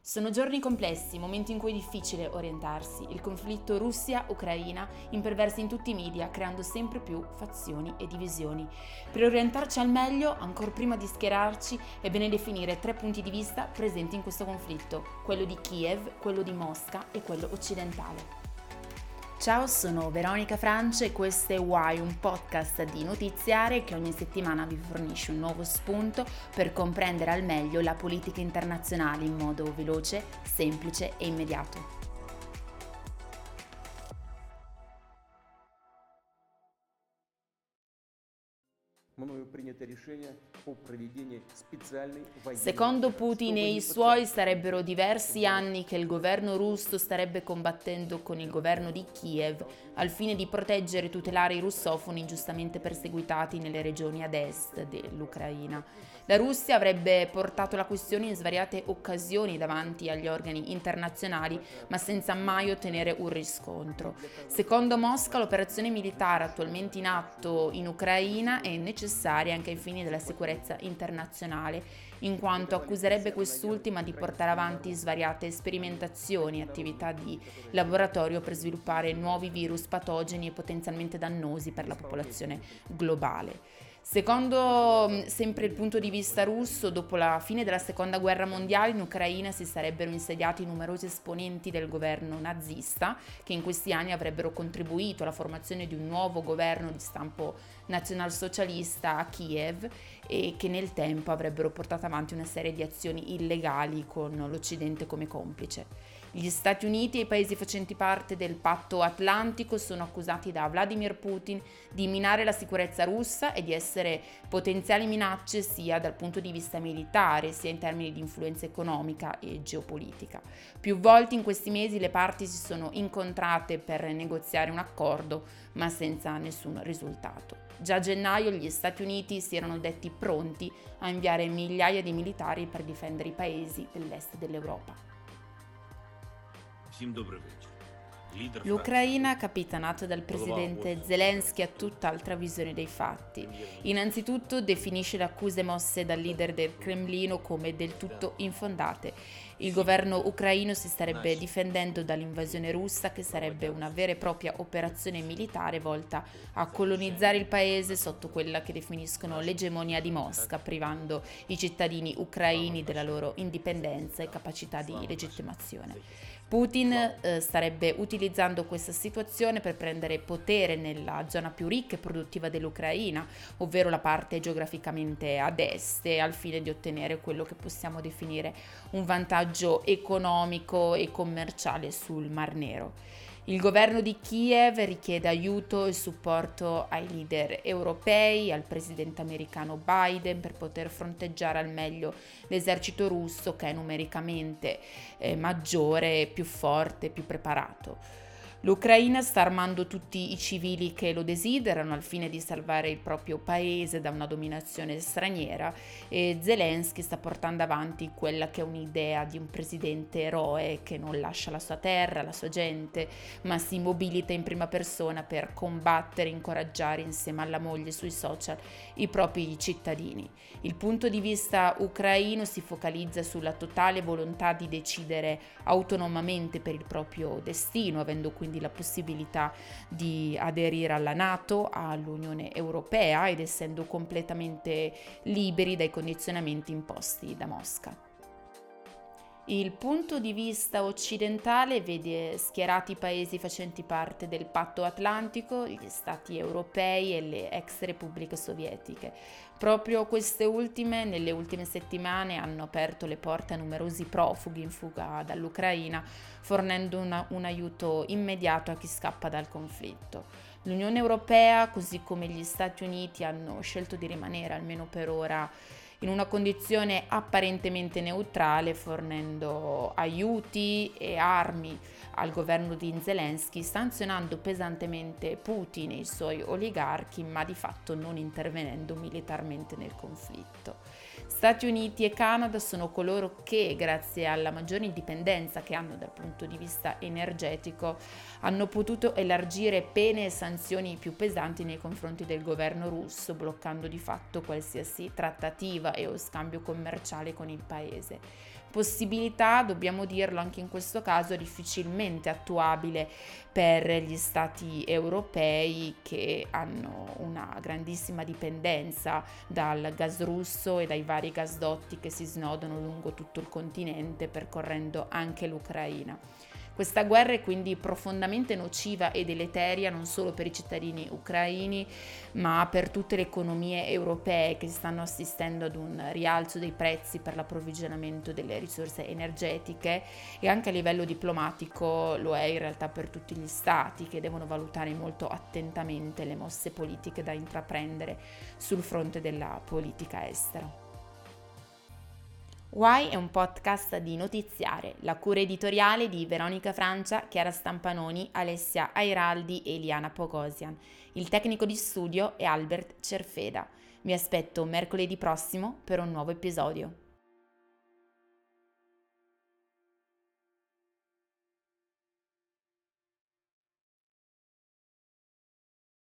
Sono giorni complessi, momenti in cui è difficile orientarsi. Il conflitto Russia-Ucraina imperversa in tutti i media, creando sempre più fazioni e divisioni. Per orientarci al meglio, ancora prima di schierarci, è bene definire 3 punti di vista presenti in questo conflitto: quello di Kiev, quello di Mosca e quello occidentale. Ciao, sono Veronica Francia e questo è Why, un podcast di notiziare che ogni settimana vi fornisce un nuovo spunto per comprendere al meglio la politica internazionale in modo veloce, semplice e immediato. Secondo Putin e i suoi sarebbero diversi anni che il governo russo starebbe combattendo con il governo di Kiev al fine di proteggere e tutelare i russofoni ingiustamente perseguitati nelle regioni ad est dell'Ucraina. La Russia avrebbe portato la questione in svariate occasioni davanti agli organi internazionali, ma senza mai ottenere un riscontro. Secondo Mosca, l'operazione militare attualmente in atto in Ucraina è necessaria anche ai fini della sicurezza internazionale, in quanto accuserebbe quest'ultima di portare avanti svariate sperimentazioni e attività di laboratorio per sviluppare nuovi virus patogeni e potenzialmente dannosi per la popolazione globale. Secondo sempre il punto di vista russo, dopo la fine della Seconda Guerra Mondiale in Ucraina si sarebbero insediati numerosi esponenti del governo nazista che in questi anni avrebbero contribuito alla formazione di un nuovo governo di stampo nazionalsocialista a Kiev e che nel tempo avrebbero portato avanti una serie di azioni illegali con l'Occidente come complice. Gli Stati Uniti e i paesi facenti parte del Patto Atlantico sono accusati da Vladimir Putin di minare la sicurezza russa e di essere potenziali minacce sia dal punto di vista militare sia in termini di influenza economica e geopolitica. Più volte in questi mesi le parti si sono incontrate per negoziare un accordo, ma senza nessun risultato. Già a gennaio gli Stati Uniti si erano detti pronti a inviare migliaia di militari per difendere i paesi dell'est dell'Europa. L'Ucraina, capitanata dal presidente Zelensky, ha tutt'altra visione dei fatti. Innanzitutto definisce le accuse mosse dal leader del Cremlino come del tutto infondate. Il governo ucraino si starebbe difendendo dall'invasione russa, che sarebbe una vera e propria operazione militare volta a colonizzare il paese sotto quella che definiscono l'egemonia di Mosca, privando i cittadini ucraini della loro indipendenza e capacità di legittimazione. Putin starebbe utilizzando questa situazione per prendere potere nella zona più ricca e produttiva dell'Ucraina, ovvero la parte geograficamente ad est, al fine di ottenere quello che possiamo definire un vantaggio economico e commerciale sul Mar Nero. Il governo di Kiev richiede aiuto e supporto ai leader europei, al presidente americano Biden per poter fronteggiare al meglio l'esercito russo, che è numericamente maggiore, più forte, più preparato. L'Ucraina sta armando tutti i civili che lo desiderano al fine di salvare il proprio paese da una dominazione straniera e Zelensky sta portando avanti quella che è un'idea di un presidente eroe che non lascia la sua terra, la sua gente, ma si mobilita in prima persona per combattere e incoraggiare insieme alla moglie sui social i propri cittadini. Il punto di vista ucraino si focalizza sulla totale volontà di decidere autonomamente per il proprio destino, avendo quindi la possibilità di aderire alla NATO, all'Unione Europea ed essendo completamente liberi dai condizionamenti imposti da Mosca. Il punto di vista occidentale vede schierati i paesi facenti parte del Patto Atlantico, gli stati europei e le ex repubbliche sovietiche. Proprio queste ultime, nelle ultime settimane, hanno aperto le porte a numerosi profughi in fuga dall'Ucraina, fornendo un aiuto immediato a chi scappa dal conflitto. L'Unione Europea, così come gli Stati Uniti, hanno scelto di rimanere, almeno per ora, in una condizione apparentemente neutrale, fornendo aiuti e armi al governo di Zelensky, sanzionando pesantemente Putin e i suoi oligarchi, ma di fatto non intervenendo militarmente nel conflitto. Stati Uniti e Canada sono coloro che, grazie alla maggiore indipendenza che hanno dal punto di vista energetico, hanno potuto elargire pene e sanzioni più pesanti nei confronti del governo russo, bloccando di fatto qualsiasi trattativa e o scambio commerciale con il paese. possibilità, dobbiamo dirlo anche in questo caso, difficilmente attuabile per gli stati europei che hanno una grandissima dipendenza dal gas russo e dai vari gasdotti che si snodano lungo tutto il continente, percorrendo anche l'Ucraina. Questa guerra è quindi profondamente nociva e deleteria non solo per i cittadini ucraini, ma per tutte le economie europee che stanno assistendo ad un rialzo dei prezzi per l'approvvigionamento delle risorse energetiche, e anche a livello diplomatico lo è in realtà per tutti gli stati, che devono valutare molto attentamente le mosse politiche da intraprendere sul fronte della politica estera. Why è un podcast di Notiziare, la cura editoriale di Veronica Francia, Chiara Stampanoni, Alessia Airaldi e Liana Pogosian. Il tecnico di studio è Albert Cerfeda. Vi aspetto mercoledì prossimo per un nuovo episodio.